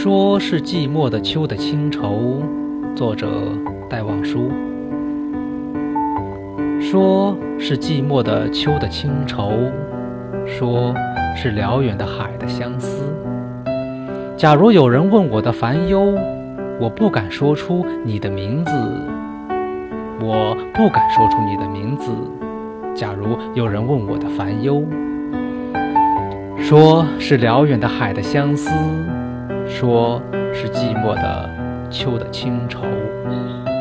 说是寂寞的秋的清愁，作者戴望舒。说是寂寞的秋的清愁，说是辽远的海的相思。假如有人问我的烦忧，我不敢说出你的名字，我不敢说出你的名字。假如有人问我的烦忧，说是辽远的海的相思，说是寂寞的秋的清愁。